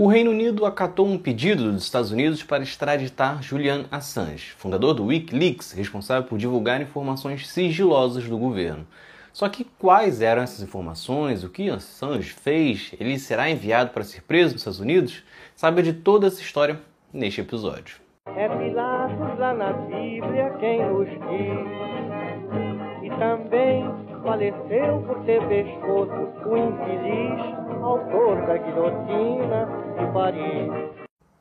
O Reino Unido acatou um pedido dos Estados Unidos para extraditar Julian Assange, fundador do Wikileaks, responsável por divulgar informações sigilosas do governo. Só que quais eram essas informações? O que Assange fez? Ele será enviado para ser preso nos Estados Unidos? Saiba de toda essa história neste episódio. É Pilatos lá na Bíblia quem nos diz, e também faleceu por ter pescoço o infeliz autor da guilhotina de Paris.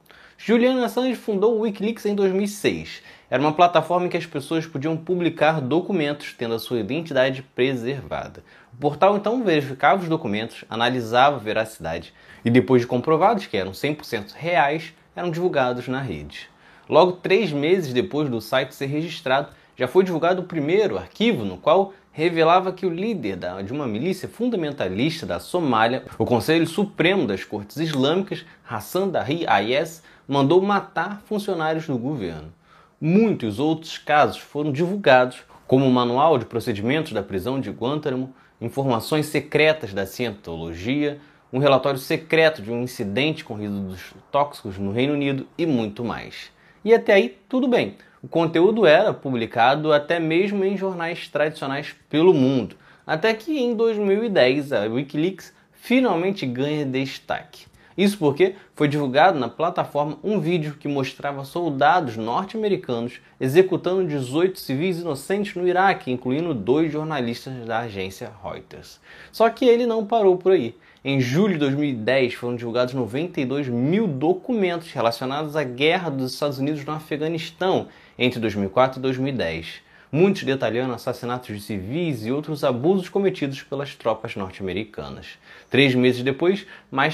Julian Assange fundou o Wikileaks em 2006. Era uma plataforma em que as pessoas podiam publicar documentos tendo a sua identidade preservada. O portal então verificava os documentos, analisava a veracidade e depois de comprovados que eram 100% reais, eram divulgados na rede. Logo 3 meses depois do site ser registrado, já foi divulgado o primeiro arquivo no qual revelava que o líder de uma milícia fundamentalista da Somália, o Conselho Supremo das Cortes Islâmicas, Hassan Dahi IS, mandou matar funcionários do governo. Muitos outros casos foram divulgados, como o Manual de Procedimentos da Prisão de Guantánamo, informações secretas da cientologia, um relatório secreto de um incidente com resíduos tóxicos no Reino Unido e muito mais. E até aí, tudo bem. O conteúdo era publicado até mesmo em jornais tradicionais pelo mundo, até que em 2010 a Wikileaks finalmente ganha destaque. Isso porque foi divulgado na plataforma um vídeo que mostrava soldados norte-americanos executando 18 civis inocentes no Iraque, incluindo 2 jornalistas da agência Reuters. Só que ele não parou por aí. Em julho de 2010 foram divulgados 92 mil documentos relacionados à guerra dos Estados Unidos no Afeganistão entre 2004 e 2010. Muitos detalhando assassinatos de civis e outros abusos cometidos pelas tropas norte-americanas. 3 meses depois, mais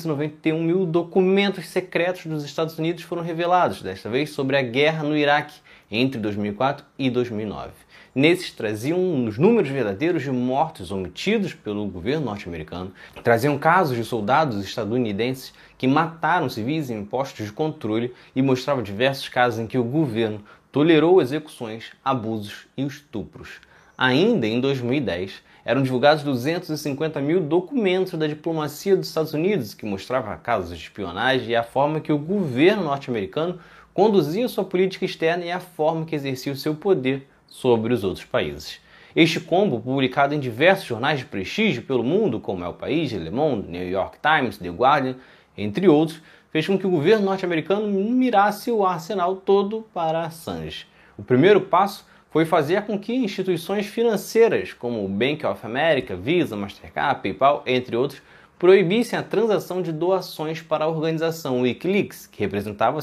391 mil documentos secretos dos Estados Unidos foram revelados, desta vez sobre a guerra no Iraque, entre 2004 e 2009. Nesses traziam os números verdadeiros de mortos omitidos pelo governo norte-americano, traziam casos de soldados estadunidenses que mataram civis em postos de controle e mostravam diversos casos em que o governo tolerou execuções, abusos e estupros. Ainda em 2010, eram divulgados 250 mil documentos da diplomacia dos Estados Unidos que mostravam casos de espionagem e a forma que o governo norte-americano conduzia sua política externa e a forma que exercia o seu poder sobre os outros países. Este combo, publicado em diversos jornais de prestígio pelo mundo, como El País, Le Monde, New York Times, The Guardian, entre outros, fez com que o governo norte-americano mirasse o arsenal todo para Assange. O primeiro passo foi fazer com que instituições financeiras, como o Bank of America, Visa, Mastercard, PayPal, entre outros, proibissem a transação de doações para a organização Wikileaks, que representava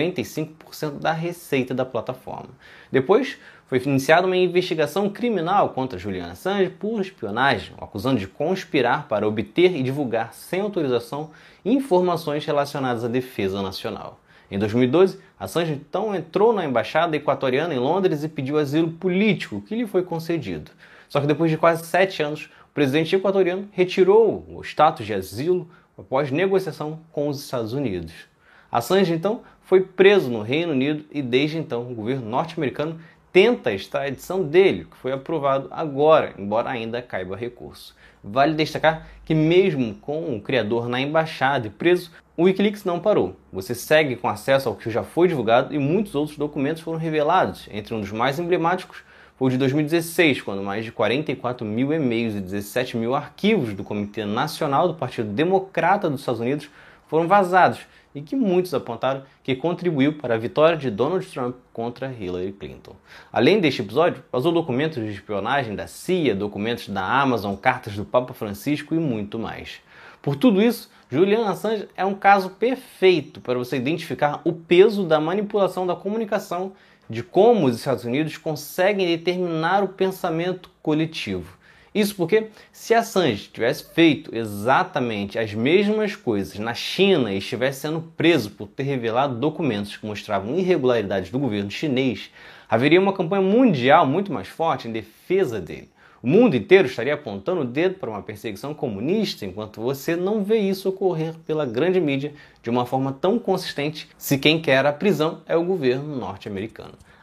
95% da receita da plataforma. Depois, foi iniciada uma investigação criminal contra Julian Assange por espionagem, acusando de conspirar para obter e divulgar sem autorização informações relacionadas à defesa nacional. Em 2012, Assange então entrou na embaixada equatoriana em Londres e pediu asilo político, que lhe foi concedido. Só que depois de quase 7 anos, o presidente equatoriano retirou o status de asilo após negociação com os Estados Unidos. Assange então foi preso no Reino Unido e desde então o governo norte-americano tenta a extradição dele, que foi aprovado agora, embora ainda caiba recurso. Vale destacar que mesmo com o criador na embaixada e preso, o Wikileaks não parou. Você segue com acesso ao que já foi divulgado e muitos outros documentos foram revelados. Entre um dos mais emblemáticos foi o de 2016, quando mais de 44 mil e-mails e 17 mil arquivos do Comitê Nacional do Partido Democrata dos Estados Unidos foram vazados e que muitos apontaram que contribuiu para a vitória de Donald Trump contra Hillary Clinton. Além deste episódio, vazou documentos de espionagem da CIA, documentos da Amazon, cartas do Papa Francisco e muito mais. Por tudo isso, Julian Assange é um caso perfeito para você identificar o peso da manipulação da comunicação, de como os Estados Unidos conseguem determinar o pensamento coletivo. Isso porque, se Assange tivesse feito exatamente as mesmas coisas na China e estivesse sendo preso por ter revelado documentos que mostravam irregularidades do governo chinês, haveria uma campanha mundial muito mais forte em defesa dele. O mundo inteiro estaria apontando o dedo para uma perseguição comunista, enquanto você não vê isso ocorrer pela grande mídia de uma forma tão consistente se quem quer a prisão é o governo norte-americano.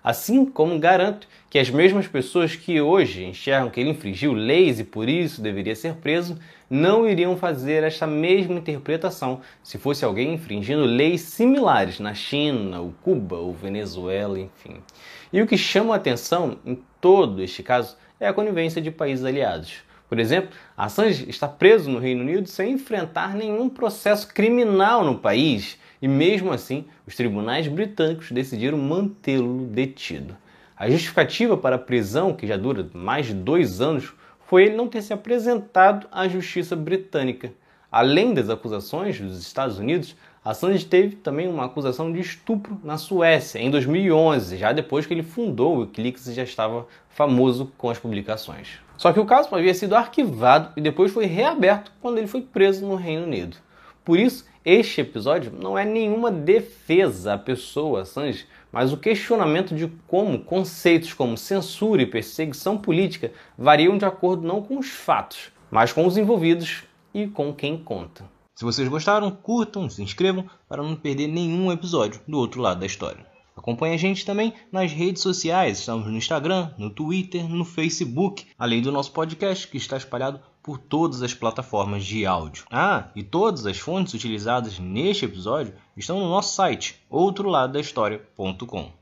Assim como garanto que as mesmas pessoas que hoje enxergam que ele infringiu leis e por isso deveria ser preso, não iriam fazer esta mesma interpretação se fosse alguém infringindo leis similares na China, ou Cuba, ou Venezuela, enfim. E o que chama a atenção em todo este caso é a conivência de países aliados. Por exemplo, Assange está preso no Reino Unido sem enfrentar nenhum processo criminal no país e mesmo assim os tribunais britânicos decidiram mantê-lo detido. A justificativa para a prisão, que já dura mais de 2 anos, foi ele não ter se apresentado à justiça britânica. Além das acusações dos Estados Unidos, Assange teve também uma acusação de estupro na Suécia em 2011, já depois que ele fundou o Wikileaks e já estava famoso com as publicações. Só que o caso havia sido arquivado e depois foi reaberto quando ele foi preso no Reino Unido. Por isso, este episódio não é nenhuma defesa à pessoa Assange, mas o questionamento de como conceitos como censura e perseguição política variam de acordo não com os fatos, mas com os envolvidos e com quem conta. Se vocês gostaram, curtam, se inscrevam para não perder nenhum episódio do outro lado da história. Acompanhe a gente também nas redes sociais, estamos no Instagram, no Twitter, no Facebook, além do nosso podcast que está espalhado por todas as plataformas de áudio. E todas as fontes utilizadas neste episódio estão no nosso site, outroladodahistoria.com.